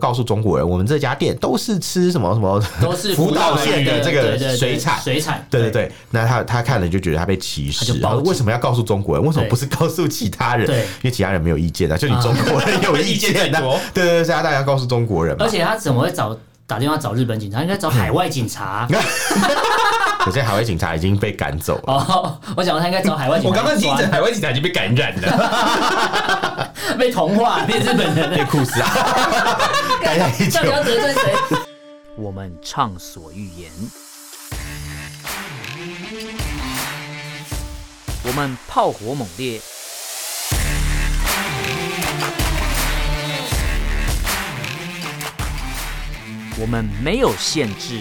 告诉中国人，我们这家店都是吃什么什么， 都是福岛县的这个水产，对对对。那他看了就觉得他被歧视，然后为什么要告诉中国人？为什么不是告诉其他人？因为其他人没有意见啊，就你中国人有意见啊。对对对，所以他当然要告诉中国人嘛。 而且他怎么会打电话找日本警察？应该找海外警察。 有些海外警察已经被赶走了。 哦，我想他应该找海外警察。 我刚刚听着海外警察已经被感染了， 被同化，变日本人， 变酷斯啊！待太久， 到底要得罪谁？ 我们畅所欲言，我们炮火猛烈，我们没有限制。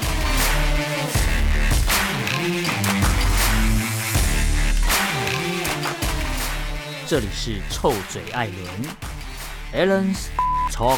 这里是臭嘴艾伦 ，Alan's Talk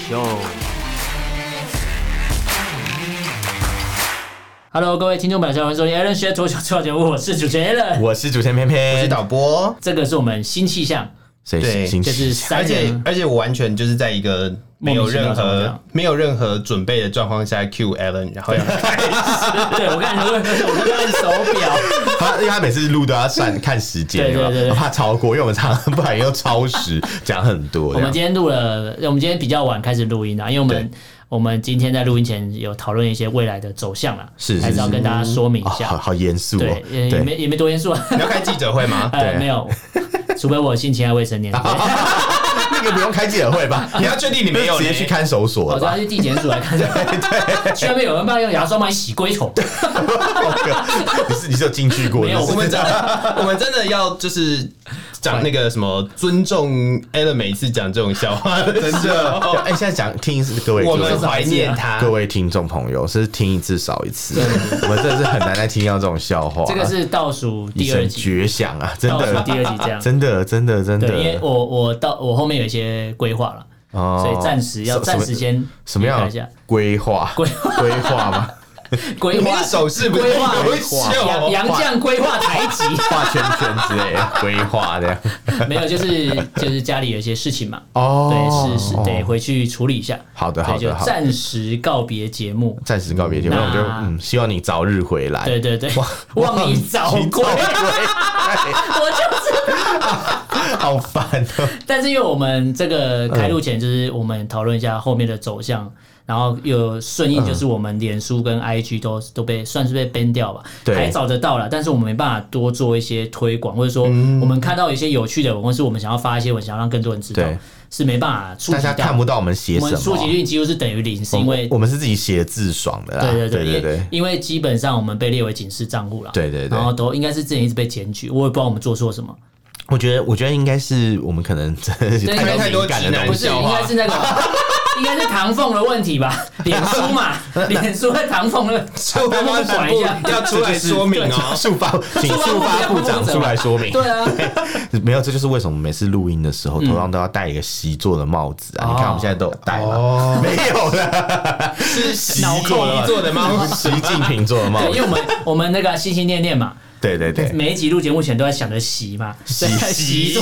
Show。Hello， 各位听众朋友，欢迎收听 Alan 学脱口秀节目，我是主持人 Alan， 我是主持人偏偏， 我是导播。 这个是我们新气象， 对， 就是而且我完全就是在一个没有任何准备的状况下 cue Alan， 然后要开始。 对，我刚才我看手表， 因为他每次录都要看时间，对，怕超过，因为我们常常不然又超时讲很多。 我们今天比较晚开始录音啊，因为我们今天在录音前有讨论一些未来的走向啦，还是要跟大家说明一下。 好严肃哦， 对，也没多严肃啊。 你要开记者会吗？ 没有，除非我性侵害未成年。 那个不用开记者会吧？ 你要确定你没有， 直接去看守所。 我要去地检署来看。对，去那边有人帮用牙刷帮你洗龟头。 你是有进去过？ 没有，我们真的要就是讲那个什么尊重 Alan 每一次讲这种笑话，真的。 现在讲听各位， 我们怀念他， 各位听众朋友，是听一次少一次。我们真的是很难再听到这种笑话。 这个是倒数第2集， 绝响啊！真的， 倒数第2集这样， 真的。 对，因为我后面有一些规划了，所以暂时先什么样规划吗？ 规划手势不规划杨绛规划台籍， 画圈圈之类的规划这样。 没有，就是家里有一些事情嘛。对，是得回去处理一下。 好的， 就暂时告别节目。 那我就希望你早日回来。 对，望你早归。我就是好烦哦。 但是因为我们这个开录前，就是我们讨论一下后面的走向。然后有顺应，就是我们脸书跟 IG 都算是被 ban 掉吧，还找得到啦，但是我们没办法多做一些推广，或者说我们看到一些有趣的，或是我们想要发一些，我们想要让更多人知道，是没办法触及到， 大家看不到我们写什么， 我们触及率几乎是等于0，是因为我们是自己写字爽的啦。 对，因为基本上我们被列为警示账户了， 对， 然后都应该是之前一直被检举，我也不知道我们做错什么。 我觉得应该是我们可能真的是太多感的东西， 应该是那个。应该是唐凤的问题吧，脸书嘛，脸书在唐凤那个， 唐凤管一下，要出来说明哦， 请速发部长出来说明。 对啊， 没有，这就是为什么每次录音的时候头上都要戴一个习作的帽子啊！你看我们现在都有戴吗？没有了， 是习做的帽子， 习近平做的帽子。 因为我们那个心心念念嘛。 对， 每一集录节目前都在想着习嘛，习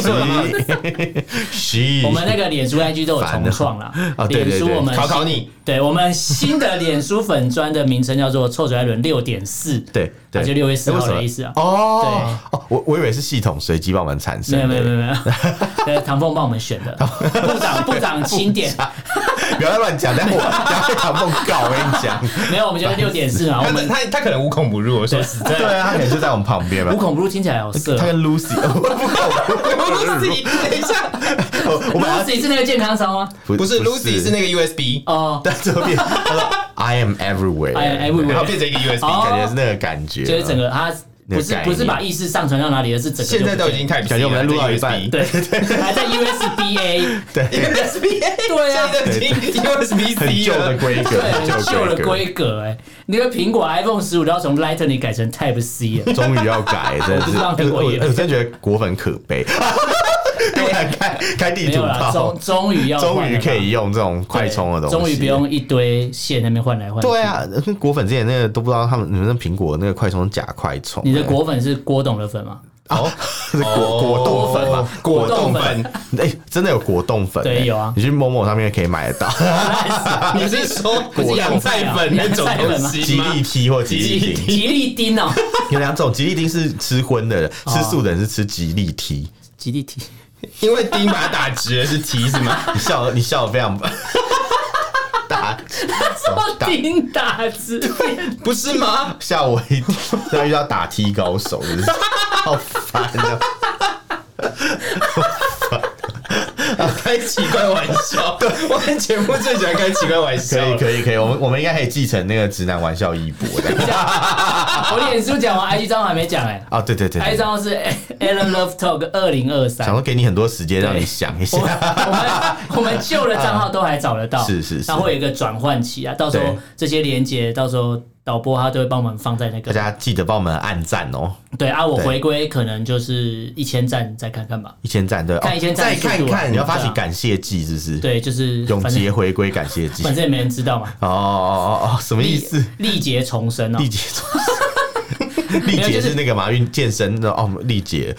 我们那个脸书 IG 都有重创了，脸书我们考你， 对我们新的脸书粉专的名称叫做臭嘴艾伦6.4， 对， 就6月4号的意思啊。 我以为是系统随机帮我们产生， 没有，唐凤帮我们选的，部长钦点。 不要再乱讲，等下被唐凤告，我跟你讲。 没有，我们就6.4嘛。我们他可能无孔不入，我说实在， 对啊，他可能就在我们旁边吧。 无孔不入听起来好色。 他跟 Lucy， Lucy， 等一下 ，Lucy 是那个健康操吗？ 不是 ，Lucy 是那个 USB。 在这边他说 I am everywhere， 然后变成一个 USB， 感觉是那个感觉， 就是整个他。不是把意识上传到哪里，而是整个现在都已经太感觉我们在录到一半， 对，还在 USB-A， 对 ，USB-A， 对啊 ，USB-C 很旧的规格， 很旧的规格，那个苹果 iPhone 15都要从 Lightning 改成 Type C 了， 终于要改，真的是，我真觉得果粉可悲。突然开地图炮， 终于可以用这种快充的东西， 终于不用一堆线那边换来换去。 对啊，果粉之前那个都不知道你们那苹果那个快充假快充。 你的果粉是郭董的粉吗？ 是果冻粉嘛？ 果冻粉， 真的有果冻粉？ 对，有啊， 你去某上面可以买得到。 你是说洋菜粉那种东西？ 吉利 T 或吉利丁？ 吉利丁哦， 有2种，吉利丁是吃荤的人，吃素的人是吃吉利 T。 吉利 T， 因为丁把它打直了是 T 是吗？ 你笑得非常打丁打直， 不是吗？ 吓我一跳，要遇到打 T 高手，真是好烦啊！ 开奇怪玩笑，对，我们节目最喜欢开奇怪玩笑。 可以，我们应该可以继承那个直男玩笑衣钵。 我脸书讲完 ，IG 账号还没讲对 ，IG 账号是 Alan Love Talk 2023， 想说给你很多时间让你想一下。 我们旧的账号都还找得到， 是， 然后会有一个转换期啊，到时候这些连结，到时候导播他都会帮我们放在那个， 大家记得帮我们按赞哦。 对啊，我回归可能就是1000赞再看看吧 ，1000赞对， 看1000赞再看看，你要发起感谢祭是不是？ 对，就是永结回归感谢祭， 反正也没人知道嘛。 哦，什么意思？ 历劫重生哦， 历劫重生，历劫是那个马运健身的哦，历劫。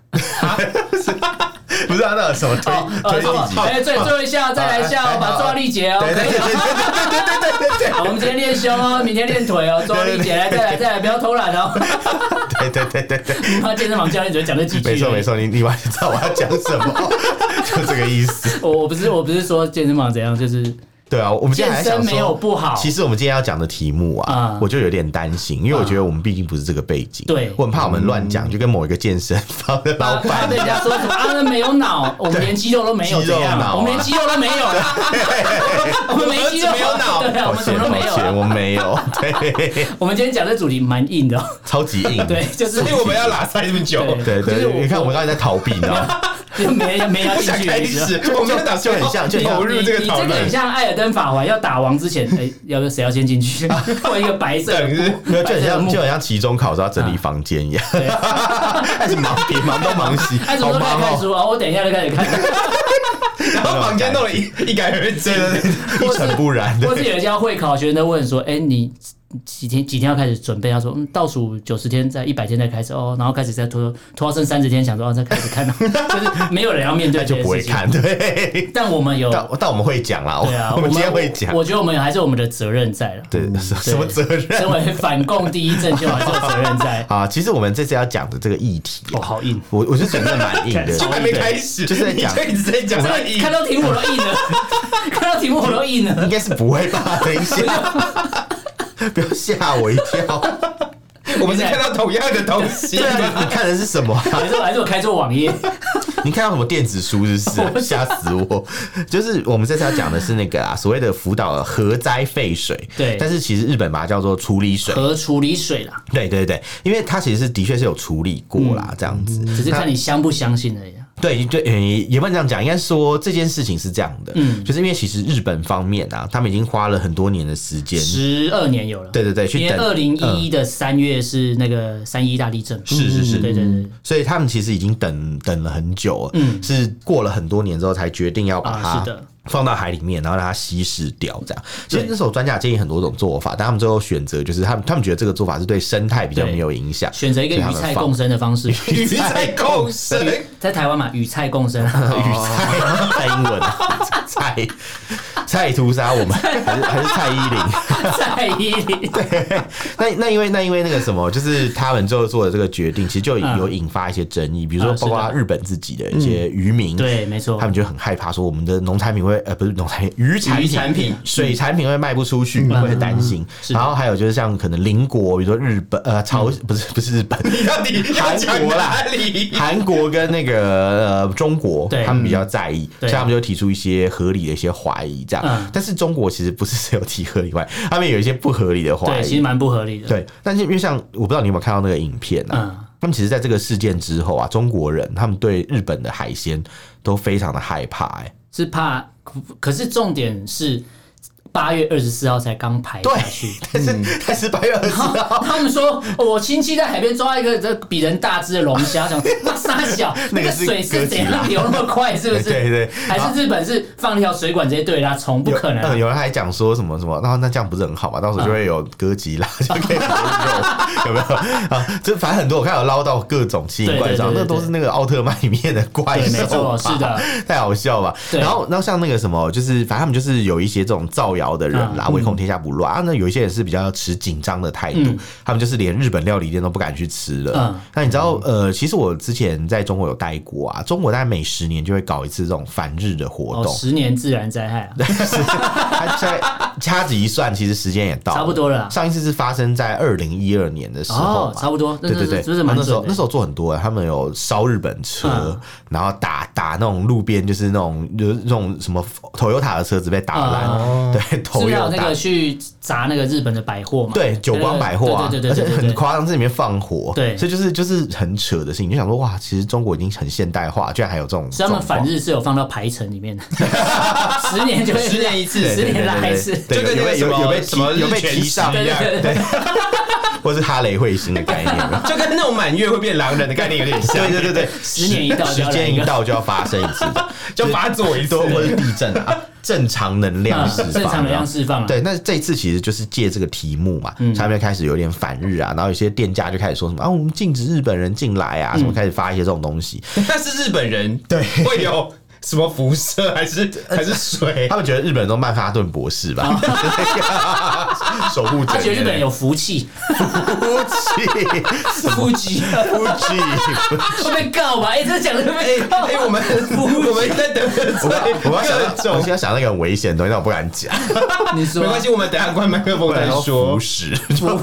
不是那什么推历劫，最后一下再来一下，把做到历劫哦。对，我们今天练胸哦，明天练腿哦，做到历劫，再来，不要偷懒哦。 对， 他健身房教练只会讲这几句。 没错，你完全知道我要讲什么，就这个意思。 我不是说健身房怎样，就是。 对啊，我们今天还想说健身没有不好。 其实我们今天要讲的题目啊，我就有点担心，因为我觉得我们毕竟不是这个背景， 对， 我很怕我们乱讲，就跟某一个健身房的老板， 被人家说什么那没有脑，我们连肌肉都没有，我们连肌肉都没有，我们没肌肉没有脑，对啊，我们什么都没有， 我没有。对， 我们今天讲的主题蛮硬的， 超级硬， 对，就是因为我们要拉塞这么久， 对，你看我们刚才在逃避，你知道吗？ 就没要进去， 我们打就很像，就投入这个讨论， 这个很像艾尔登法环要打王之前，谁要先进去？或一个白色的， 就很像期中考试要整理房间一样，开始忙东忙西， 好忙看书啊！我等一下就开始看， 然后房间弄得一干二净， 一尘不染。 或是有一家会考学生都问说：“你几天要开始准备？”他说：“倒数90天，在100天再开始哦。”然后开始再拖到剩30天，想说再开始看，就是没有人要面对， 就不会看。对， 但我们有， 但我们会讲啦。对啊，我们今天会讲。 我觉得我们还是我们的责任在了。 对，什么责任？ 身为反共第一阵线，还是有责任在啊。其实我们这次要讲的这个议题， 好硬。 我是觉得蛮硬的， 就还没开始， 就是在讲， 一直在讲， 看到题目我都硬了，看到题目我都硬了。 应该是不会吧？等一下。不要吓我一跳！ 我们是看到同样的东西。 对啊，你看的是什么？ 还是我开错网页？ 你看到什么电子书？是不是？吓死我！就是我们这次要讲的是那个所谓的福岛核灾废水。 对， 但是其实日本把它叫做处理水， 核处理水啦。 对，因为它其实的确是有处理过啦，这样子， 只是看你相不相信而已。 对，也不能这样讲，应该说这件事情是这样的，就是因为其实日本方面他们已经花了很多年的时间，12 年有了， 对，去等。 因为2011的3月是那个3·11大地震， 是， 对， 所以他们其实已经等了很久了，是过了很多年之后才决定要把它放到海里面，然后让它稀释掉，这样。其实那时候专家建议很多种做法，但他们最后选择就是他们觉得这个做法是对生态比较没有影响， 选择一个与菜共生的方式。 与菜共生， 在台湾嘛，与菜共生， 太英文了，菜屠杀我们，还是蔡依林， 蔡依林。 对，那因为那个什么，就是他们最后做的这个决定，其实就有引发一些争议，比如说包括日本自己的一些渔民， 对，没错， 他们就很害怕说我们的农产品会不是农产品，渔产品、水产品会卖不出去，会很担心。然后还有就是像可能邻国，比如说日本不是日本， 你到底韩国啦，韩国跟那个中国，他们比较在意，所以他们就提出一些合理的一些怀疑，这样。但是中国其实不是只有提合理怀疑，他们有一些不合理的怀疑， 对，其实蛮不合理的。 对，但是因为像我不知道你有没有看到那个影片他们其实在这个事件之后中国人他们对日本的海鲜都非常的害怕， 是怕。可是重点是 8月24号才刚排下去， 但是8月24号， 他们说我亲戚在海边抓一个这比人大只的龙虾，想那啥小，那个水是怎样流那么快，是不是？ 对， 还是日本是放一条水管直接对它冲？不可能。 有人还讲说什么，然后那这样不是很好嘛？到时候就会有哥吉拉，就可以活肉，有没有啊？就反正很多我看有捞到各种奇形怪状，那都是那个奥特曼里面的怪兽， 是的， 太好笑吧？然后像那个什么，就是反正他们就是有一些这种造谣的人啦，唯恐天下不乱啊。那有一些人是比较持紧张的态度，他们就是连日本料理店都不敢去吃了。那你知道其实我之前在中国有待过啊，中国大概每10年就会搞一次这种反日的活动。 10年自然灾害啊， 他在掐指一算，其实时间也到了， 差不多了。 上一次是发生在2012年的时候， 差不多。 对，那时候做很多，他们有烧日本车，然后打那种路边就是那种什么 Toyota 的车子被打烂，对， 是不是有那个去砸那个日本的百货嘛？ 对，久光百货啊，对，而且很夸张，这里面放火， 对， 所以就是很扯的事情。就想说哇，其实中国已经很现代化，居然还有这种。 所以他们反日是有放到排程里面的，10年就 10年一次 ，10年来一次， 就跟有被提上一样， 对。或是哈雷彗星的概念， 就跟那种满月会变狼人的概念有点像。 对 ，10年一到， 时间一到就要发生一次， 就发作一次， 或者地震啊，正常能量释放， 对，那这一次其实就是借这个题目嘛，他们开始有点反日啊，然后有些店家就开始说什么啊，我们禁止日本人进来啊，什么开始发一些这种东西。 但是日本人对会有。什么辐射还是水？ 他们觉得日本人都曼哈顿博士吧，守护者。 他觉得日本人有福气， 福气会被告吧？这讲的会被告。 我们在等我现在想那个很危险的东西，但我不敢讲。 你说没关系，我们等一下关麦克风再说。 不是。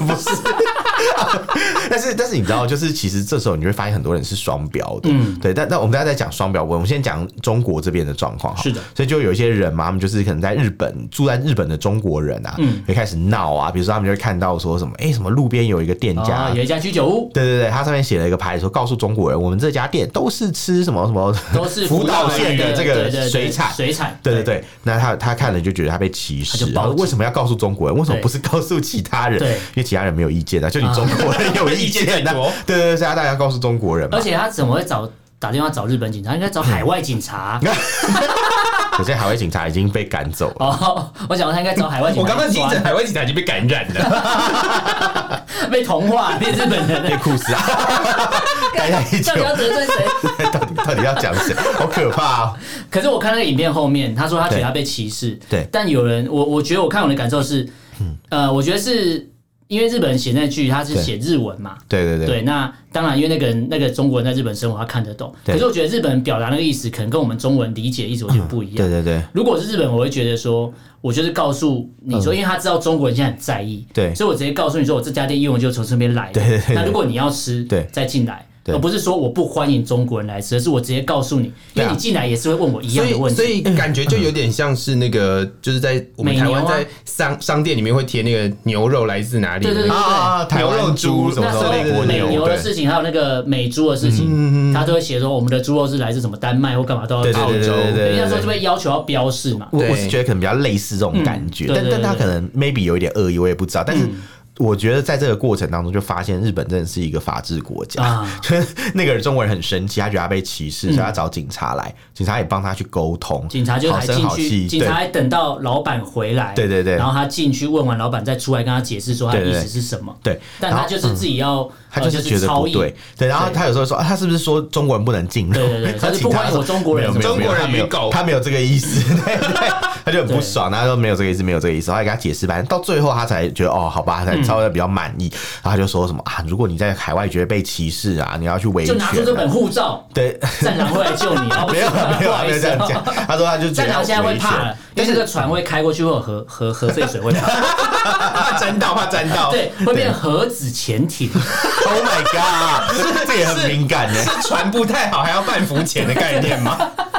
但是你知道，就是其实这时候你会发现很多人是双标的，对。但我们大家在讲双标，我们先讲中国这边的状况， 是的。 所以就有一些人嘛，他们就是可能在日本住在日本的中国人啊，会开始闹啊，比如说他们就会看到说什么，什么路边有一个店家， 有一家居酒屋， 对，他上面写了一个牌，说告诉中国人，我们这家店都是吃什么什么， 都是福岛县的这个水产，对。那他看了就觉得他被歧视，为什么要告诉中国人？为什么不是告诉其他人？因为其他人没有意见啊，就你中国人有意见啊，对，所以大家告诉中国人嘛。 而且他怎么会打电话找日本警察？应该找海外警察。 可是海外警察已经被赶走了。 我想他应该找海外警察。 我刚刚听着海外警察已经被感染了， 被同化，变日本人， 变酷斯啊！ 到底要得罪谁？ 到底要讲谁？好可怕哦！ 可是我看那个影片后面，他说他觉得他被歧视。 对， 但有人，我觉得我看我的感受是，我觉得是。因为日本人写那句他是写日文嘛，对，那当然因为那个中国人在日本生活他看得懂，可是我觉得日本人表达那个意思可能跟我们中文理解的意思我觉得不一样， 对。 如果是日本人，我会觉得说，我就是告诉你说，因为他知道中国人现在很在意，对，所以我直接告诉你说，我这家店英文就从这边来的，那如果你要吃，再进来。而不是说我不欢迎中国人来吃，而是我直接告诉你，因为你进来也是会问我一样的问题， 所以感觉就有点像是那个，就是在我们台湾在商店里面会贴那个牛肉来自哪里， 对， 台湾猪什么美牛的事情，还有那个美猪的事情，他都会写说我们的猪肉是来自什么丹麦或干嘛都要澳洲，人家说就会要求要标示嘛。 我是觉得可能比较类似这种感觉，但他可能 maybe 有一点恶意，我也不知道，但是。我觉得在这个过程当中，就发现日本真的是一个法治国家。就是那个中国人很生气，他觉得他被歧视，所以他找警察来，警察也帮他去沟通。 警察就还进去，警察还等到老板回来， 对， 然后他进去问完老板，再出来跟他解释说他的意思是什么。 对， 但他就是自己要， 他就是觉得不对。对，然后他有时候说他是不是说中国人不能进入？ 对，他是不欢迎我中国人， 中国人他没有这个意思。对，他就很不爽，他说没有这个意思，没有这个意思。他给他解释，反正到最后他才觉得好吧，才稍微比较满意。然后他就说什么啊，如果你在海外觉得被歧视啊，你要去维权， 就拿出这本护照， 对， 战狼会来救你。 没有这样讲。他说他就战狼现在会怕了，因为这个船会开过去会有核废水会怕沾到， 对，会变核子潜艇。 Oh my god， 这也很敏感呢， 是船不太好还要半浮潜的概念吗？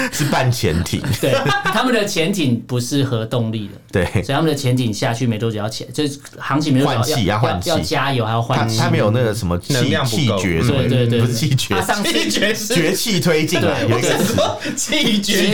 是半潜艇。 对，他们的潜艇不是核动力的， 对， 所以他们的潜艇下去没多久要就是航行没多久换气要加油还要换气， 他没有那个什么气绝什么， 对， 不是气绝，绝气推进来有一个词， 气绝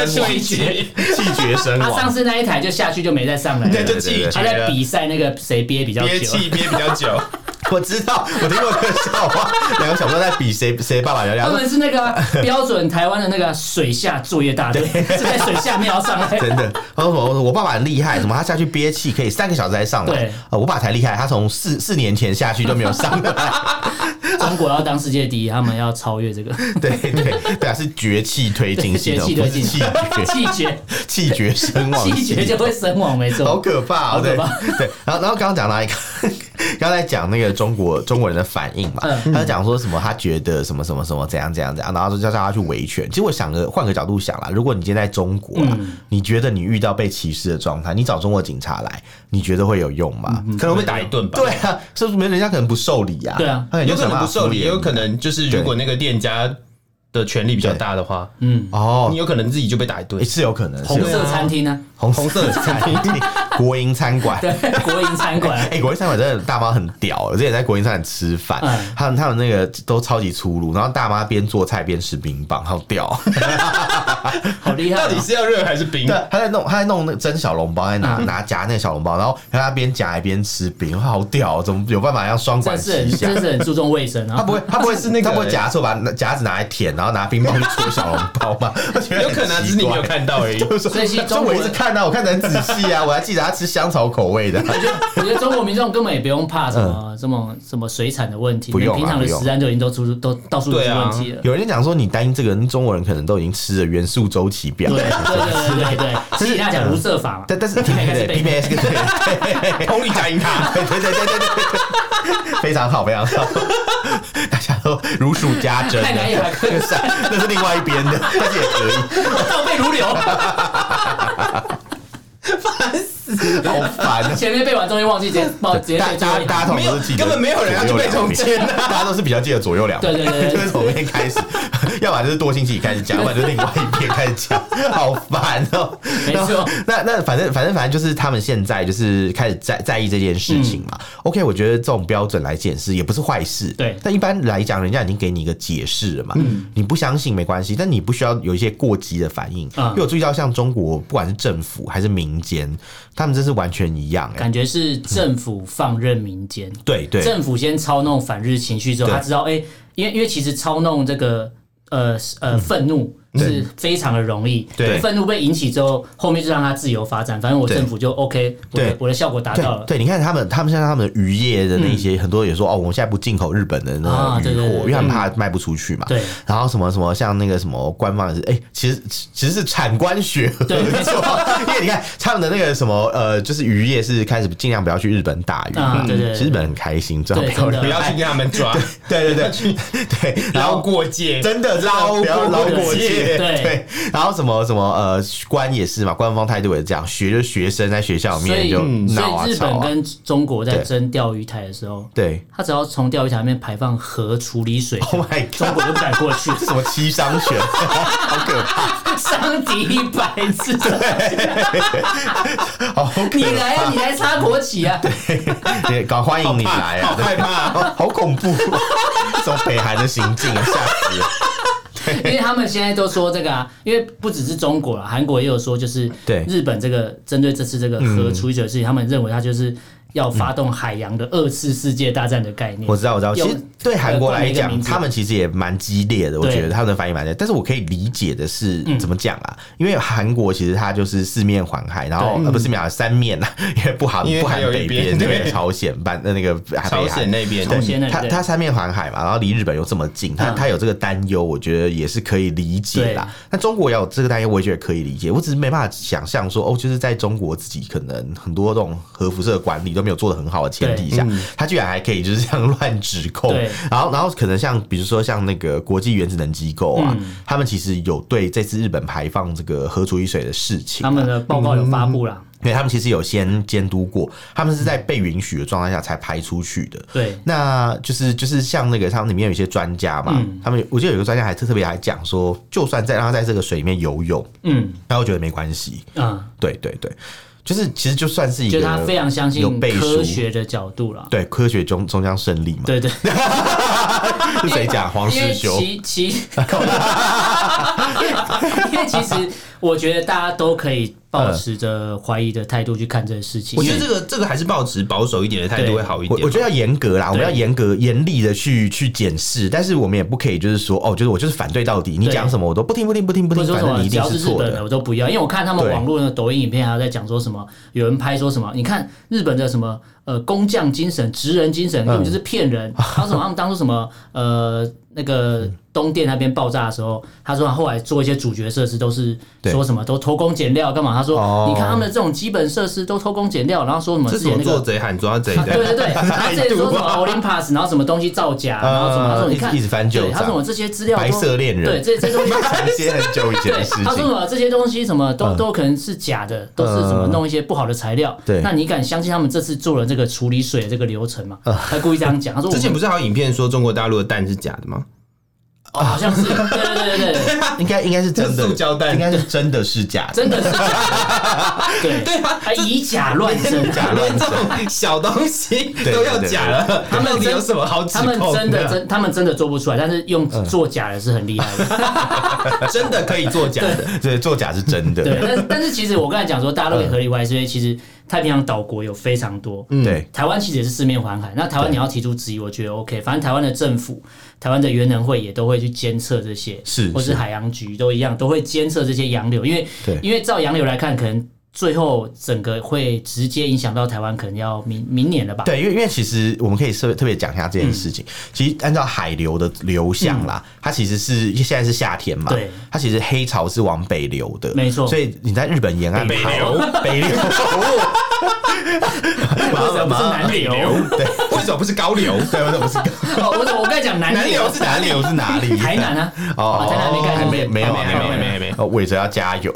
身亡。 他上次那一台就下去就没再上来了， 那就气绝了。 他在比赛那个谁憋比较久， 憋比较久。 我知道，我听过这个笑话，两个小朋友在比谁爸爸他们是那个标准台湾的那个水下作业大队，是在水下面要上来。 真的，我爸爸很厉害，什么他下去憋气可以3个小时才上来。 对， 我爸才厉害，他从4年前下去就没有上来。 中国要当世界第一，他们要超越这个。 对啊，是绝气推进系统，不是气绝身亡， 气绝就会身亡，没错， 好可怕， 好可怕。 对，然后刚刚讲哪一个？刚才讲那个中国人的反应嘛，他讲说什么，他觉得什么怎样，然后就叫他去维权。其实我换个角度想啦，如果你今天在中国啦，你觉得你遇到被歧视的状态，你找中国警察来，你觉得会有用吗？ 可能会打一顿吧。 对啊，是不是人家可能不受理啊？ 对啊， 有可能不受理，也有可能就是如果那个店家的权力比较大的话，你有可能自己就被打一顿， 是有可能。 红色餐厅呢？ 红色餐厅，国营餐馆， 对，国营餐馆， 国营餐馆真的大妈很屌，我之前在国营餐馆吃饭，他们那个都超级粗鲁，然后大妈边做菜边吃冰棒，好屌， 好厉害！ 到底是要热还是冰？ 对，他在弄那个蒸小笼包，在拿夹那个小笼包，然后他边夹边吃冰，好屌，怎么有办法让双管齐下？ 真是很注重卫生啊！ 他不会是那个，他不会夹错，把夹子拿来舔，然后拿冰棒去戳小笼包吗？ 有可能只是你没有看到而已。 所以中国一直看到，我看得很仔细啊，我还记得他吃香草口味的。 我觉得中国民众根本也不用怕什么水产的问题，不用，平常的食安就已经都到处都是问题了。 有人讲说你担心这个，中国人可能都已经吃了元素周期表。 对，其实他讲无色法嘛， 但是 PMS 对， 同理加赢他， 对，非常好，非常好。大家都如数家珍， 太难也还可以， 那是另外一边的，但是也可以倒背如流。 烦死， 好烦！ 前面背完终于忘记，直接大家通常都是记得， 根本没有人要去背中间的， 大家都是比较记得左右两边。 对， 就是从那边开始，要不然就是多星期开始讲，要不然就另外一边开始讲，好烦哦。 没错， 那反正就是他们现在就是开始在意这件事情嘛。OK， 我觉得这种标准来检视也不是坏事。 对， 但一般来讲，人家已经给你一个解释了嘛。你不相信没关系，但你不需要有一些过激的反应。因为我注意到，像中国不管是政府还是民间，他们真是完全一样。 感觉是政府放任民间。 对， 政府先操弄反日情绪之后，他知道因为其实操弄这个愤怒是非常的容易，愤怒被引起之后，后面就让它自由发展，反正我政府就 OK， 我的效果达到了。 对，你看他们现在他们的渔业的那些很多也说我们现在不进口日本的那个渔货，因为他们怕卖不出去嘛。 对， 然后什么像那个什么官方也是，其实是产官学合作，因为你看他们的那个什么就是渔业是开始尽量不要去日本打鱼，其实日本很开心，最好不要去跟他们抓， 对， 捞过界， 真的捞过界。对，然后什么官也是嘛，官方态度也是这样，学生在学校里面就闹啊， 所以日本跟中国在争钓鱼台的时候， 对， 他只要从钓鱼台里面排放核处理水， Oh my God， 中国就不敢过去。 什么七伤拳，好可怕， 伤敌100次， 好可怕， 你来插国旗啊！ 对，欢迎你来啊！ 好害怕， 好恐怖，这种北韩的行径啊，吓死了。 因为他们现在都说这个因为不只是中国了，韩国也有说，就是日本这个针对这次这个核处理水的事情，他们认为他就是要发动海洋的2次世界大战的概念。 我知道。其实对韩国来讲，他们其实也蛮激烈的，我觉得他们的反应蛮激烈。但是我可以理解的是怎么讲啊？因为韩国其实它就是4面环海，然后不是3面啊，因为不含北边对朝鲜那个朝鲜那边， 它3面环海嘛，然后离日本又这么近，它有这个担忧，我觉得也是可以理解啦。那中国也有这个担忧，我也觉得可以理解。我只是没办法想象说就是在中国自己可能很多这种核辐射管理都没有做得很好的前提下，他居然还可以就是这样乱指控。然后可能像比如说像那个国际原子能机构啊，他们其实有对这次日本排放这个核处理水的事情， 他们的报告有发布啦。 因为他们其实有先监督过，他们是在被允许的状态下才排出去的。 对， 那就是像那个他们里面有一些专家嘛，他们我记得有个专家还特别还讲说，就算让他在这个水里面游泳，他会觉得没关系。对对对。就是其实就算是一个， 就他非常相信科学的角度啦， 对，科学终将胜利嘛。 对对， 是谁讲？黄世修。 因为其实我觉得大家都可以抱持着怀疑的态度去看这个事情。 我觉得这个还是抱持保守一点的态度会好一点。 我觉得要严格啦，我们要严厉的去检视，但是我们也不可以就是说就是我就是反对到底，你讲什么我都不听，反正你一定是错的， 我都不要。因为我看他们网络的抖音影片还有在讲说什么，有人拍说什么，你看日本的什么工匠精神、职人精神根本就是骗人。他说他们当初什么那个东电那边爆炸的时候，他说他后来做一些主角设施都是说什么都偷工减料干嘛？他说你看他们的这种基本设施都偷工减料，然后说什么之前那个做贼喊抓贼的， 对对对，他之前说什么 Olympus， 然后什么东西造假，然后什么他说你看一直翻旧账， 他说我这些资料白色恋人， 对这东西一些很久以前的事情， 他说什么这些东西什么都可能是假的，都是什么弄一些不好的材料。 对， 那你敢相信他们这次做了这个处理水的这个流程吗？他故意这样讲，他说之前不是还有影片说中国大陆的蛋是假的吗？ 好像是，对， 应该是真的， 塑胶袋应该是真的是假的， 真的是假的，对啊， 还以假乱真， 连这种小东西都要假了，他们有什么好指控的？ 他们真的做不出来，但是用做假的是很厉害的， 真的可以做假的， 对，做假是真的， 对，但是其实我刚才讲说大家都可以合理怀疑，因为其实太平洋岛国有非常多， 对， 台湾其实也是四面环海，那台湾你要提出质疑，我觉得 OK， 反正台湾的政府、台湾的原能会也都会去监测这些，或是海洋局都一样，都会监测这些洋流，因为照洋流来看，可能最后整个会直接影响到台湾，可能要明年了吧？ 对，因为其实我们可以特别讲一下这件事情。其实按照海流的流向啦，它其实是现在是夏天嘛， 对， 它其实黑潮是往北流的， 没错。 所以你在日本沿岸北流， 为什么不是南流？ 对， 为什么不是高流？ 对，为什么不是高？ 我刚才讲南流是哪里？ 流是哪里？ 台南啊，台南没盖， 没有，伟哲要加油。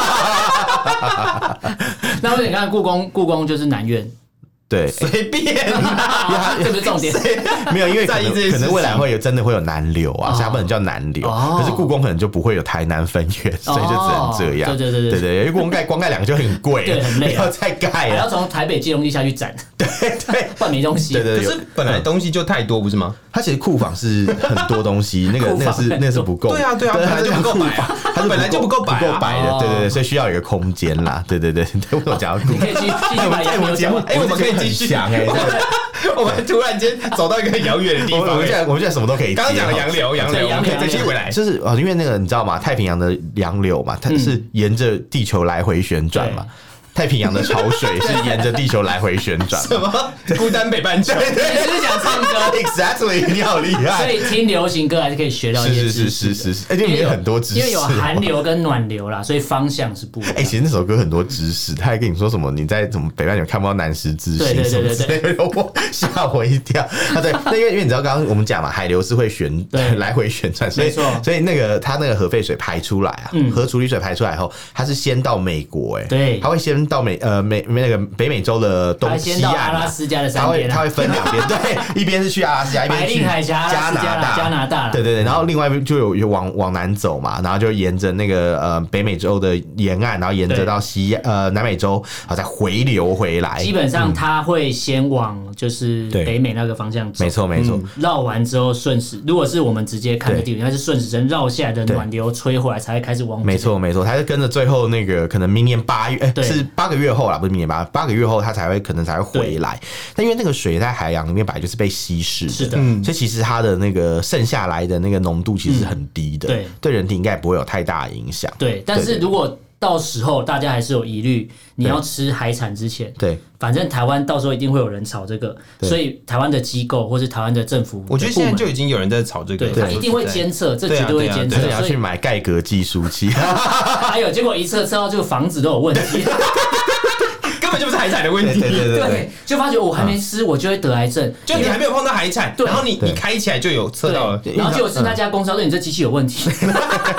那我你看故宫就是南苑。 对， 随便， 这不是重点。 没有，因为可能未来真的会有南流啊，所以它不能叫南流。可是故宫可能就不会有台南分院，所以就只能这样。 对， 因为光盖两个就很贵， 对，很累， 不要再盖了， 还要从台北基隆地下去展。 对， 换没东西。 对， 可是本来东西就太多，不是吗？ 它其实库房是很多东西，那个是不够。 对啊，本来就不够摆，它本来就不够摆的。对，所以需要有一个空间啦。对，为什么讲到库房？ 你可以继续把洋流节目，我们可以继续讲我们突然间走到一个很遥远的地方， 我们现在什么都可以。 刚刚讲的洋流，我们可以再接回来。 就是因为那个你知道吗？太平洋的洋流嘛，它是沿着地球来回旋转嘛。太平洋的潮水是沿着地球来回旋转。 什么？孤单北半球？ 对，就是想唱歌。 Exactly， 你好厉害。 所以听流行歌还是可以学到一些知识。 是，而且里面很多知识。 因为有寒流跟暖流啦，所以方向是不一样。 其实那首歌很多知识，他还跟你说什么？你在怎么北半球看不到南十字星？对，吓我一跳。对，那因为你知道刚刚我们讲嘛，海流是会来回旋转，所以那个它那个核废水排出来啊，核处理水排出来后，它是先到美国， 对， 它会先到那个北美洲的东西岸， 阿拉斯加的山边， 它会分两边，对，一边是去阿拉斯加，一边去加拿大，对，然后另外一边就有往南走嘛，然后就沿着那个北美洲的沿岸，然后沿着到南美洲，然后再回流回来。 基本上它会先往就是北美那个方向走， 没错， 绕完之后顺时，如果是我们直接看的地图，它是顺时针绕下来的暖流吹回来，才会开始往。 没错，它是跟着最后那个可能明年8月，是8个月后啦，不是明年8个月后，它可能才会回来。但因为那个水在海洋里面本来就是被稀释的， 是的， 所以其实它的那个剩下来的那个浓度其实很低的，对人体应该不会有太大的影响。 对，但是如果到时候大家还是有疑虑，你要吃海产之前， 对， 反正台湾到时候一定会有人炒这个，所以台湾的机构或是台湾的政府， 我觉得现在就已经有人在炒这个， 对，他一定会监测，这绝对会监测。 所以要去买盖革计数器， 还有结果一测到这个房子都有问题。 根本就不是海产的问题， 对，就发觉我还没吃，我就会得癌症。 就你还没有碰到海产，然后你开起来就有测到了， 然后结果是那家公司说你这机器有问题。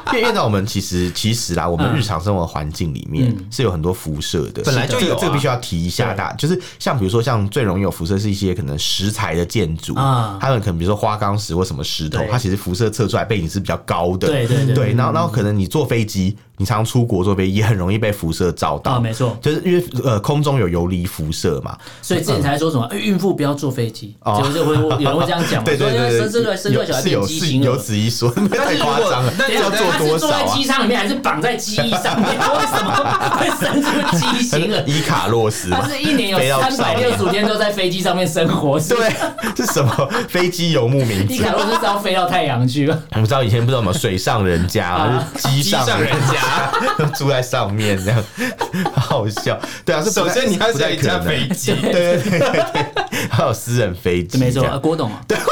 因为我们其实啦，我们日常生活环境里面是有很多辐射的， 本来就有这个必须要提一下就是像比如说像最容易有辐射是一些可能石材的建筑他们可能比如说花岗石或什么石头，它其实辐射测出来背景是比较高的，对，然后可能你坐飞机。你常出国坐飞机也很容易被辐射照到没错， 就是因为空中有游离辐射嘛， 所以之前才说什么孕妇不要坐飞机，就是有人会这样讲嘛， 对， 生出来小孩变畸形了， 有此一说，太夸张了。 但要做多少？坐在机舱里面还是绑在机翼上面？为什么会生出畸形了？ 伊卡洛斯， 他是一年有365天都在飞机上面生活， 对，是什么飞机游牧民族？ 伊卡洛斯是要飞到太阳去了。 我们知道以前不知道什么水上人家，机上人家。住在上面这样，好笑。对啊， 首先你要有一架飞机， 对，还有私人飞机， 没错。郭董啊，对，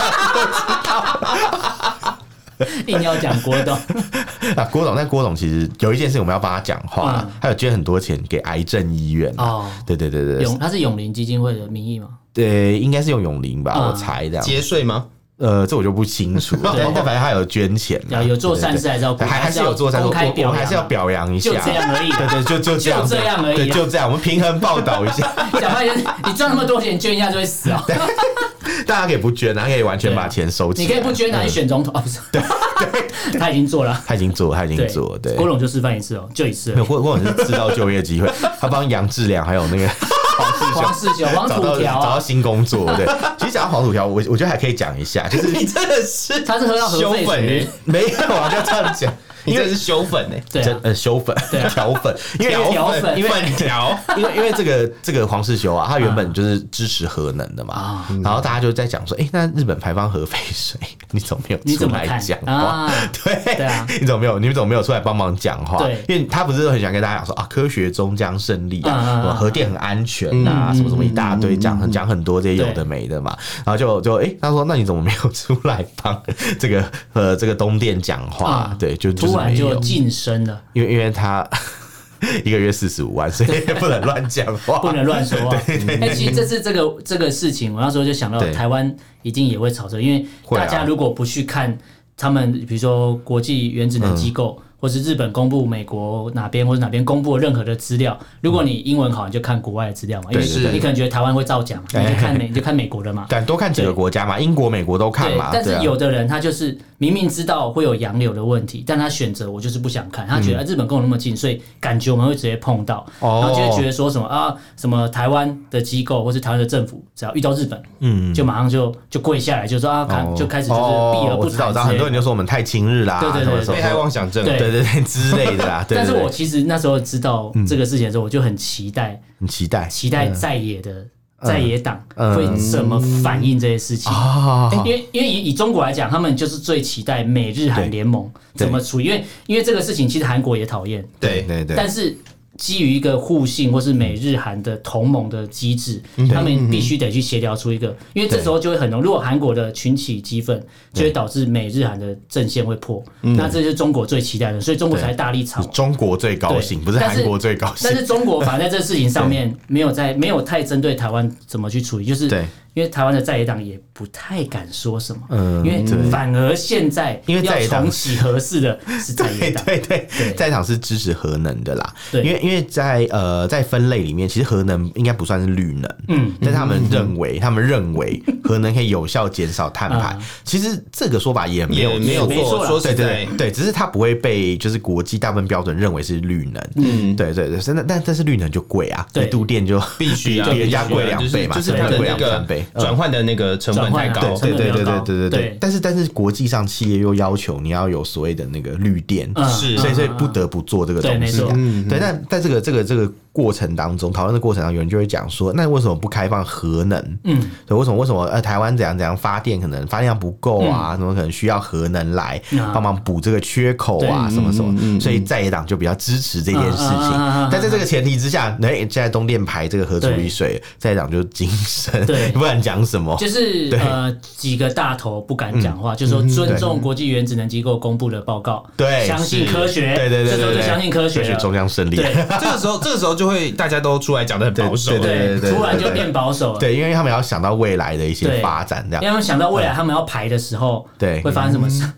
硬要讲郭董啊，郭董其实有一件事我们要帮他讲话，他有捐很多钱给癌症医院对， 他是永龄基金会的名义吗？ 对，应该是用永龄吧，我猜这样。 节税吗？ 这我就不清楚，但反正他有捐钱， 有做善事还是要还是有做善事，我还是要表扬一下， 就这样而已， 对，就这样而已，对，就这样，我们平衡报道一下。 想发现你赚那么多钱，捐一下就会死哦。 大家可以不捐，可以完全把钱收起来。 你可以不捐，拿去选总统不是？对，他已经做了， 他已经做。对， 郭董就示范一次哦，就一次。 没有，郭董是制造就业机会，他帮杨志良还有那个。 黄世修、黄土条找到新工作，对。其实讲到黄土条，我觉得还可以讲一下，就是你真的是他是喝到修粉没有啊，就这样讲。 因为是修粉对， 修粉，调粉，因为这个黄世修啊，他原本就是支持核能的嘛，然后大家就在讲说，那日本排放核废水，你怎么没有出来讲话？对啊，你怎么没有出来帮忙讲话？对，因为他不是很想跟大家讲说科学终将胜利啊，核电很安全啊，什么一大堆讲很多这些有的没的嘛，然后就他说那你怎么没有出来帮这个东电讲话？对，就是突然就晋升了， 因为他一个月45万，所以不能乱讲话， 不能乱说话。其实这次这个事情，我那时候就想到台湾一定也会吵着，因为大家如果不去看他们，比如说国际原子能机构。或是日本公布美国哪边或者哪边公布的任何的资料，如果你英文好，你就看国外的资料嘛，因为你可能觉得台湾会造假嘛，你就看美国的嘛， 多看几个国家嘛，英国、美国都看嘛。 但是有的人他就是明明知道会有洋流的问题，但他选择我就是不想看，他觉得日本跟我那么近，所以感觉我们会直接碰到，然后就会觉得说什么什么台湾的机构或是台湾的政府，只要遇到日本，就马上就跪下来，就说就开始就是避而不谈。 我知道很多人就说我们太亲日啦， 对，被害妄想症。 对之类的啦， 但是我其实那时候知道这个事情的时候，我就很期待在野党会怎么反应这些事情。因为以中国来讲，他们就是最期待美日韩联盟怎么处理，因为这个事情其实韩国也讨厌， 对， 但是。基于一个互信或是美日韩的同盟的机制，他们必须得去协调出一个，因为这时候就会很容易，如果韩国的群起激愤，就会导致美日韩的阵线会破，那这就是中国最期待的，所以中国才大力吵。 中国最高兴，不是韩国最高兴。 但是中国反而在这事情上面没有太针对台湾怎么去处理，就是因为台湾的在野党也不太敢说什么，因为反而现在要重启核四的是在野党， 对，在野党是支持核能的啦，因为在分类里面，其实核能应该不算是绿能，但他们认为核能可以有效减少碳排，其实这个说法也没有错，说实在， 对，只是它不会被就是国际大部分标准认为是绿能，对，但是绿能就贵啊，一度电就必须比人家贵2倍嘛， 就是它的那个转换的那个成本太高， 对。但是国际上企业又要求你要有所谓的那个绿电，所以不得不做这个东西啊。对，但在这个过程当中，讨论的过程当中，有人就会讲说，那为什么不开放核能？对，为什么台湾怎样发电，可能发电量不够啊，什么可能需要核能来帮忙补这个缺口啊，什么，所以在野党就比较支持这件事情。但在这个前提之下，现在东电排这个核处理水，在野党就精神，不然讲什么？ 就是几个大头不敢讲话，就说尊重国际原子能机构公布的报告， 对， 相信科学， 对， 这时候就相信科学了， 科学终将胜利。 对，这个时候就会大家都出来讲得很保守， 对，突然就变保守了， 对，因为他们要想到未来的一些发展，这样， 因为他们想到未来他们要排的时候，对，会发生什么事。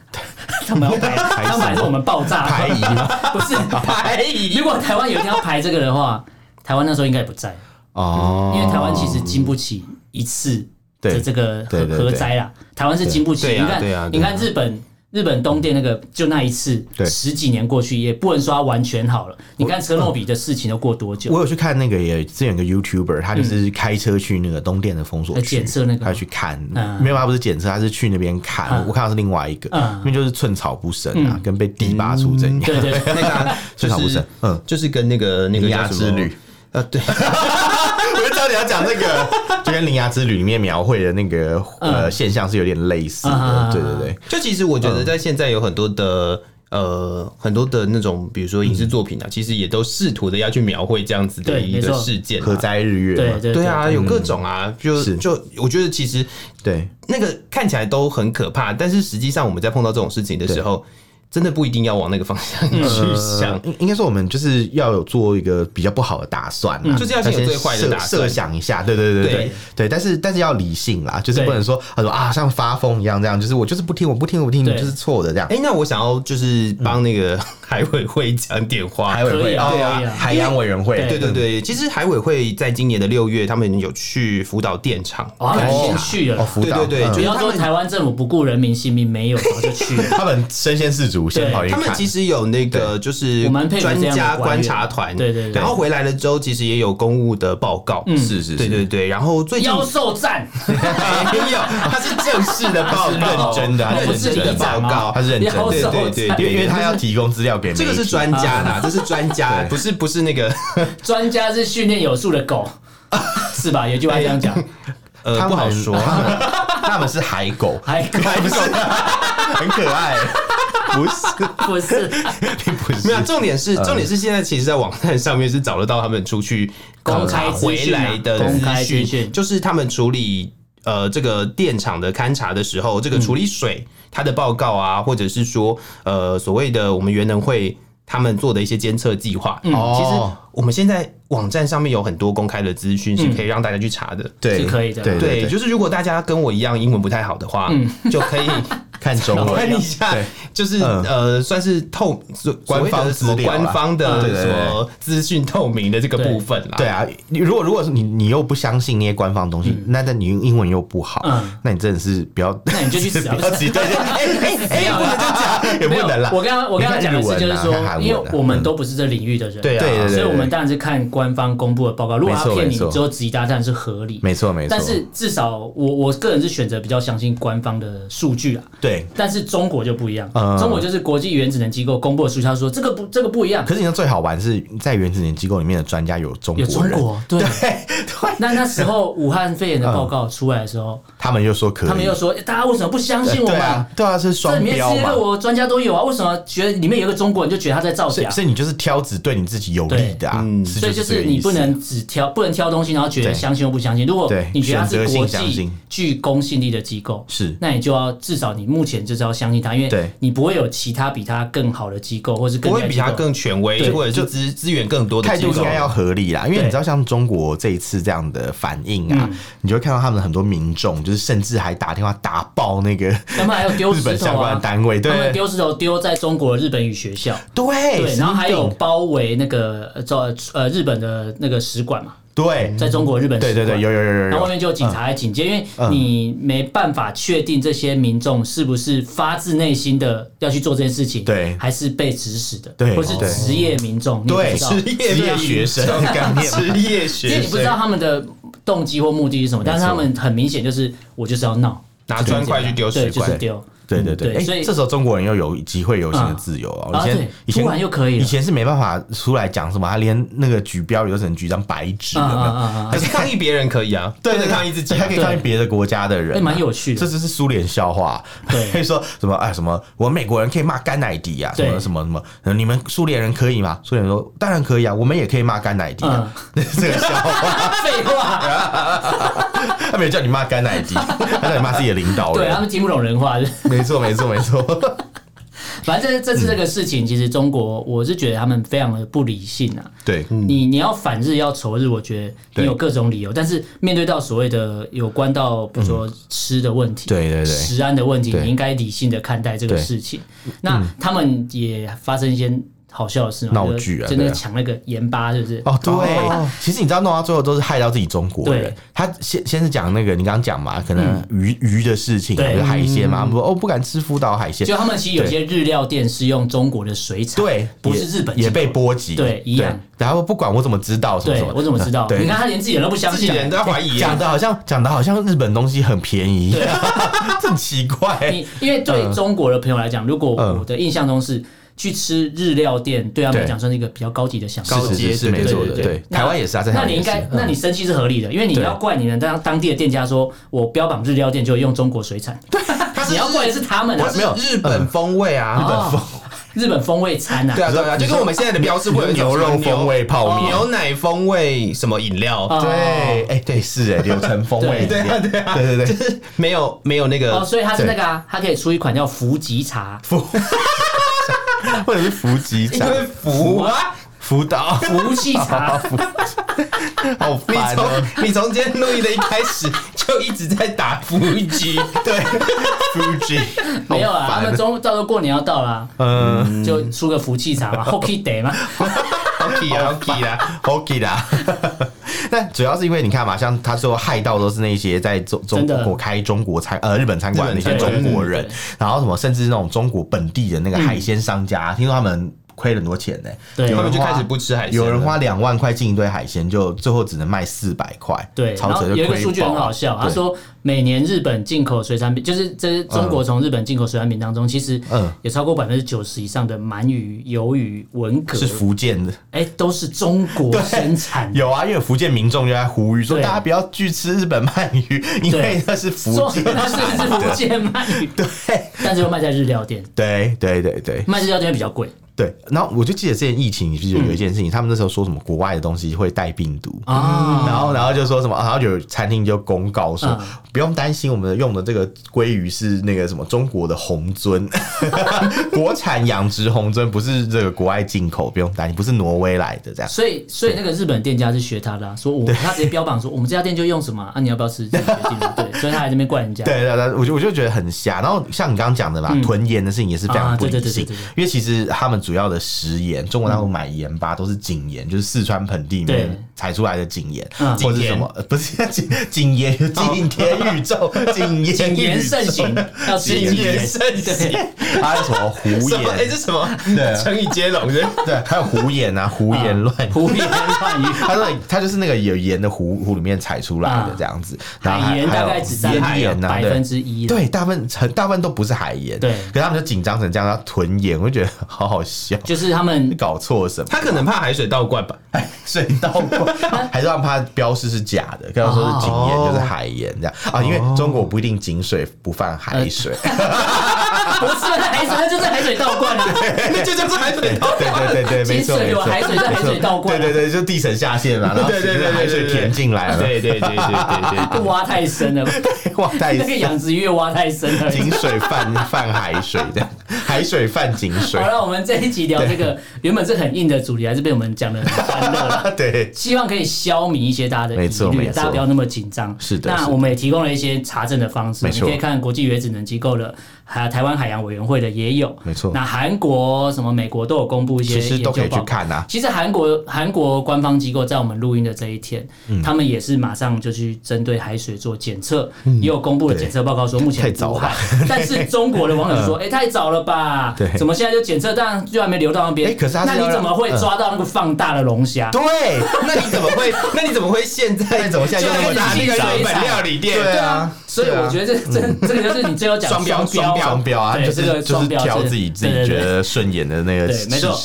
他们要排，他们还是我们爆炸排遗吗？ 不是排遗。如果台湾有一天要排这个的话，台湾那时候应该也不在哦，因为台湾其实经不起一次的这个核灾啦，台湾是经不起。你看日本东电那个就那一次，10几年过去也不能说它完全好了。你看车诺比的事情都过多久？ 我有去看那个，之前有个 YouTuber， 他就是开车去那个东电的封锁区检测那个， 他去看，没有，他不是检测，他是去那边看。我看到是另外一个，因为就是寸草不生啊，跟被地拔出这样。 对， 那个寸草不生， 就是跟那个铃芽之旅，对。我就知道你要讲这个，就跟《铃芽之旅》里面描绘的那个现象是有点类似的，对。 就其实我觉得在现在有很多的那种，比如说影视作品啊，其实也都试图的要去描绘这样子的一个事件， 核灾日月， 对啊，有各种啊，就我觉得其实对那个看起来都很可怕，但是实际上我们在碰到这种事情的时候。真的不一定要往那个方向去想， 应该说我们就是要有做一个比较不好的打算， 就是要先有最坏的打算， 设想一下，对，但是要理性啦，就是不能说像发疯一样这样，就是我就是不听，你就是错的这样。 那我想要就是帮那个海委会讲点话， 海委会对啊，海洋委员会， 对，其实海委会在今年的6月，他们有去辅导电厂， 先去了， 对， 不要说台湾政府不顾人民性命，没有早就去了， 他们身先士卒。 他们其实有那个就是专家观察团， 对， 然后回来了之后，其实也有公务的报告， 是， 对，然后最近妖兽战没有，它是正式的报告， 认真的， 不是里长报告， 他是认真的，对， 因为他要提供资料给这个是专家啦，这是专家，不是那个专家是训练有素的狗，是吧？有句话这样讲， 不好说， 他们是海狗， 不是很可爱。 不是， 并不是。 没有，重点是现在其实，在网站上面是找得到他们出去公开回来的资讯，就是他们处理这个电厂的勘察的时候，这个处理水它的报告啊，或者是说所谓的我们原能会他们做的一些监测计划，其实我们现在网站上面有很多公开的资讯是可以让大家去查的， 对， 是可以的， 对，就是如果大家跟我一样英文不太好的话，就可以看中文看一下，就是算是官方资料， 官方的什么资讯透明的这个部分啦。 对啊，如果是你又不相信那些官方的东西，那你英文又不好，那你真的是不要， 那你就去死啊！ 不能这样讲，也不能啦。 我刚刚讲的是，就是说，因为我们都不是这领域的人， 对， 所以我们当然是看官方公布的报告。如果他骗你，之后质疑他当然是合理， 没错。 但是至少我个人是选择比较相信官方的数据啦。 对， 但是中国就不一样，中国就是国际原子能机构公布的数据，他说这个不一样。 可是你看最好玩是在原子能机构里面的专家有中国人， 对。那时候武汉肺炎的报告出来的时候， 他们又说可以， 他们又说大家为什么不相信我们？ 对啊，是双标嘛。 这里面我专家都有啊，为什么觉得里面有一个中国人就觉得他在造假？ 所以你就是挑只对你自己有利的啊。 所以就是你不能不能挑东西，然后觉得相信或不相信。如果你觉得它是国际具公信力的机构， 是， 那你就要至少你目前就是要相信它，因为你不会有其他比它更好的机构，或是不会比它更权威，或者是资源更多的机构。 态度应该要合理啦，因为你知道像中国这一次这样的反应啊，你就会看到他们很多民众就是甚至还打电话打爆那个他们还有丢日本相关的单位， 他们丢石头丢在中国的日本语学校， 对， 然后还有包围那个日本的那个使馆嘛。 对， 在中国、日本使馆， 对，有， 然后外面就有警察来警戒，因为你没办法确定这些民众是不是发自内心的要去做这件事情， 对， 还是被指使的， 对， 或是职业民众， 对，职业学生的概念， 职业学生， 因为你不知道他们的动机或目的是什么，但是他们很明显就是我就是要闹， 拿砖块去丢使馆， 就是丢。 对，所以这时候中国人又有机会游行的自由了。以前突然又可以了， 以前是没办法出来讲什么，他连那个举标语都只能举张白纸， 可是抗议别人可以啊，对，抗议自己， 还可以抗议别的国家的人， 蛮有趣的。 这只是苏联笑话，可以说什么什么，我们美国人可以骂甘乃迪啊，什么，你们苏联人可以吗？苏联人说当然可以啊，我们也可以骂甘乃迪啊，这个笑话， 废话， 他没有叫你骂甘乃迪，他叫你骂自己的领导人， 对他们听不懂人话。 没错。 反正这次这个事情，其实中国我是觉得他们非常的不理性啊。 对， 你要反日要仇日，我觉得你有各种理由，但是面对到所谓的有关到比如说吃的问题， 对， 食安的问题，你应该理性的看待这个事情。那他们也发生一些好笑的事嘛， 闹剧啊， 就那个抢那个盐巴，是不是？ 哦，对，其实你知道弄到最后都是害到自己中国人。他先是讲那个你刚刚讲嘛，可能鱼的事情，就是海鲜嘛，说不敢吃福岛海鲜， 就他们其实有些日料店是用中国的水产， 对， 不是日本也被波及， 对，一样。 然后不管我怎么知道， 对，我怎么知道？你看他连自己人都不相信， 自己人都要怀疑， 讲的好像日本东西很便宜，对，真奇怪。 因为对中国的朋友来讲，如果我的印象中是。去吃日料店，对他们来讲算是一个比较高级的享受， 高阶是没错的。对，台湾也是啊。 那你应该，那你生气是合理的，因为你要怪你的当地的店家说，我标榜日料店就用中国水产，你要怪的是他们啊， 没有日本风味啊， 日本风味餐啊， 对啊，就跟我们现在的标示会有牛肉风味泡面、 牛奶风味什么饮料， 对，对，是柳橙风味， 对，就是没有那个所以它是那个啊，它可以出一款叫伏吉茶。 或者是伏吉茶， 因为福岛福气茶， 好烦哦！ 你从今天录音的一开始就一直在打伏吉， 对，伏吉没有啊，他们到时候过年要到啦，就出个福气茶嘛 ，Hockey Day 嘛 ，Hockey 啦。但主要是因为你看嘛，像他说害到都是那些在中国开日本餐馆的那些中国人，然后什么甚至那种中国本地的那个海鲜商家，听说他们亏了很多钱呢。 对， 他们就开始不吃海鲜， 有人花2万块进一堆海鲜，就最后只能卖400块。 对，然后有一个数据很好笑，他说每年日本进口水产品，就是这中国从日本进口水产品当中，其实有超过90%以上的鳗鱼、鱿鱼、文蛤是福建的， 都是中国生产。 有啊，因为福建民众就在呼吁说，大家不要去吃日本鳗鱼，因为那是福建， 那是福建鳗鱼。对，但是又卖在日料店。 对， 卖日料店比较贵。 对，然后我就记得之前疫情，你记得有一件事情，他们那时候说什么国外的东西会带病毒啊，然后就说什么，然后有餐厅就公告说不用担心，我们用的这个鲑鱼是那个什么中国的红鳟，国产养殖红鳟，不是这个国外进口，不用担心，不是挪威来的这样。 所以那个日本店家是学他的啊，说他直接标榜说我们这家店就用什么啊，你要不要吃？对，所以他还在那边怪人家。 对，我就觉得很瞎。然后像你刚刚讲的嘛，囤盐的事情也是非常不理性，因为其实他们主要的食盐，中国大陆买盐巴都是井盐，就是四川盆地里面采出来的井盐，或者是什么不是井盐，井田宇宙，井盐盛行，要吃井盐盛行， 还有什么胡盐？ 这什么？对，成语接龙的， 对，还有胡盐啊，胡言乱语。他说他就是那个有盐的湖里面采出来的这样子， 海盐大概只占海盐 1%， 对，大部分都不是海盐， 对， 可是他们就紧张成这样，要囤盐，我就觉得好好笑。 就是他们搞错什么？ 他可能怕海水倒灌吧？ 海水倒灌，还是他们怕标示是假的？刚刚说是井盐就是海盐这样啊？因为中国不一定井水不犯海水， 不是海水，那就是海水倒灌啊， 那就叫做海水倒灌。对，没错， 有海水在海水倒灌， 对，就地层下陷嘛，然后海水填进来了， 对， 挖太深了， 挖太深， 那个养殖业挖太深了， 井水泛海水这样，海水泛井水。 好了，我们这一集聊这个原本是很硬的主题，还是被我们讲的很欢乐了。 对， 希望可以消弭一些大家的疑虑，大家不要那么紧张。 是的， 那我们也提供了一些查证的方式， 你可以看国际原子能机构的，还有台湾海洋委员会的也有。 没错。 那韩国、什么美国都有公布一些研究报告， 其实都可以去看啊。 其实韩国官方机构在我们录音的这一天，他们也是马上就去针对海水做检测，也有公布了检测报告说目前无害。但是中国的网友说，太早了吧？ 对， 怎么现在就检测，当然就还没流到那边？ 可是那你怎么会抓到那个放大的龙虾？ 对， 那你怎么会现在就那么大那个日本料理店？ 对啊，所以我觉得这个就是你最后讲双标啊，就是挑自己觉得顺眼的那个事实。 没错，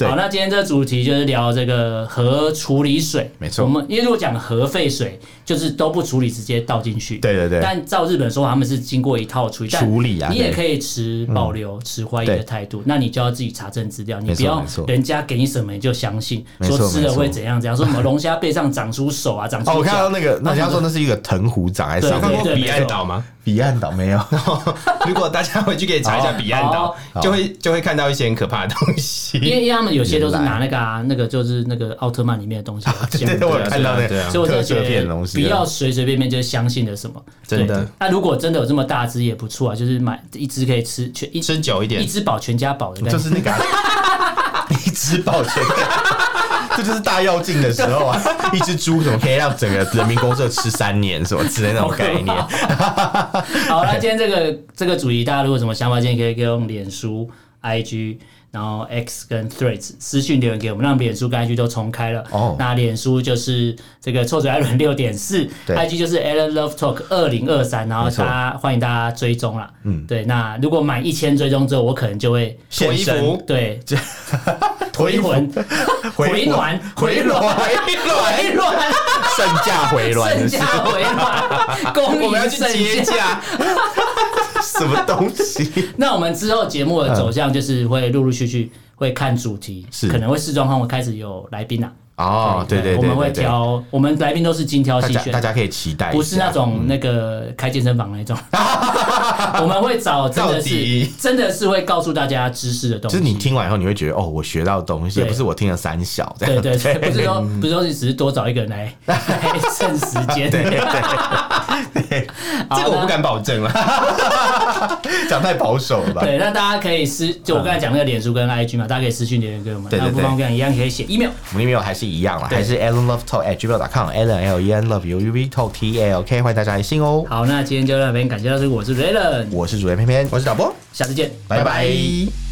好，那今天这个主题就是聊这个核处理水， 没错。 我们因为如果讲核废水，就是都不处理直接倒进去， 对对对。 但照日本说他们是经过一套处理啊， 你也可以持保留、持怀疑的态度，那你就要自己查证资料，你不要人家给你什么你就相信，说吃了会怎样怎样，说什么龙虾背上长出手啊，长出脚。 我看到那个，人家说那是一个藤壶长在上面。 彼岸岛吗？ 彼岸岛没有。 如果大家回去可以查一下彼岸岛，就会看到一些很可怕的东西。 因为他们有些都是拿那个就是那个奥特曼里面的东西。 对，我有看到那个， 所以我就觉得不要随便就相信的什么。 真的。 那如果真的有这么大只也不错啊，就是买一只可以吃久一点， 一只饱全家饱的感觉。 就是那个一只饱全家。这就是大跃进的时候啊！一只猪怎么可以让整个人民公社吃3年什么之类的那种概念？ 好，那今天这个主题，大家如果有什么想法，建议可以用脸书、IG， 然后 X 跟 Threads 私讯留言给我们，让脸书跟 IG 都重开了。那脸书就是这个臭嘴艾伦6.4，IG 就是 Alan Love Talk 2023，然后欢迎大家追踪啦。对，那如果满1000追踪之后，我可能就会现身， 对。回暖， 圣驾回暖， 我们要去接驾。 什么东西？ 那我们之后节目的走向就是会陆陆续续会看主题，可能会视状况会开始有来宾啦。 对， 我们会挑，我们来宾都是精挑细选， 大家可以期待， 不是那种那个开健身房那种。我们会找真的是会告诉大家知识的东西， 就是你听完以后你会觉得我学到东西，不是我听了3小这样。 对，不是说你只是多找一个人来剩时间。 对，这个我不敢保证了， 讲太保守了吧？ 对，那大家可以就我刚才讲那个脸书跟 IG 嘛，大家可以私讯留言给我们。那不方便一样可以写 email， 我们 email 还是一样啦，还是 allenlovetalk@gmail.com，Allen LENLOVETALK，欢迎大家来信哦。 好，那今天就到这边，感谢到这个，我是 Allen， 我是主任偏偏， 我是导播， 下次见， 拜拜。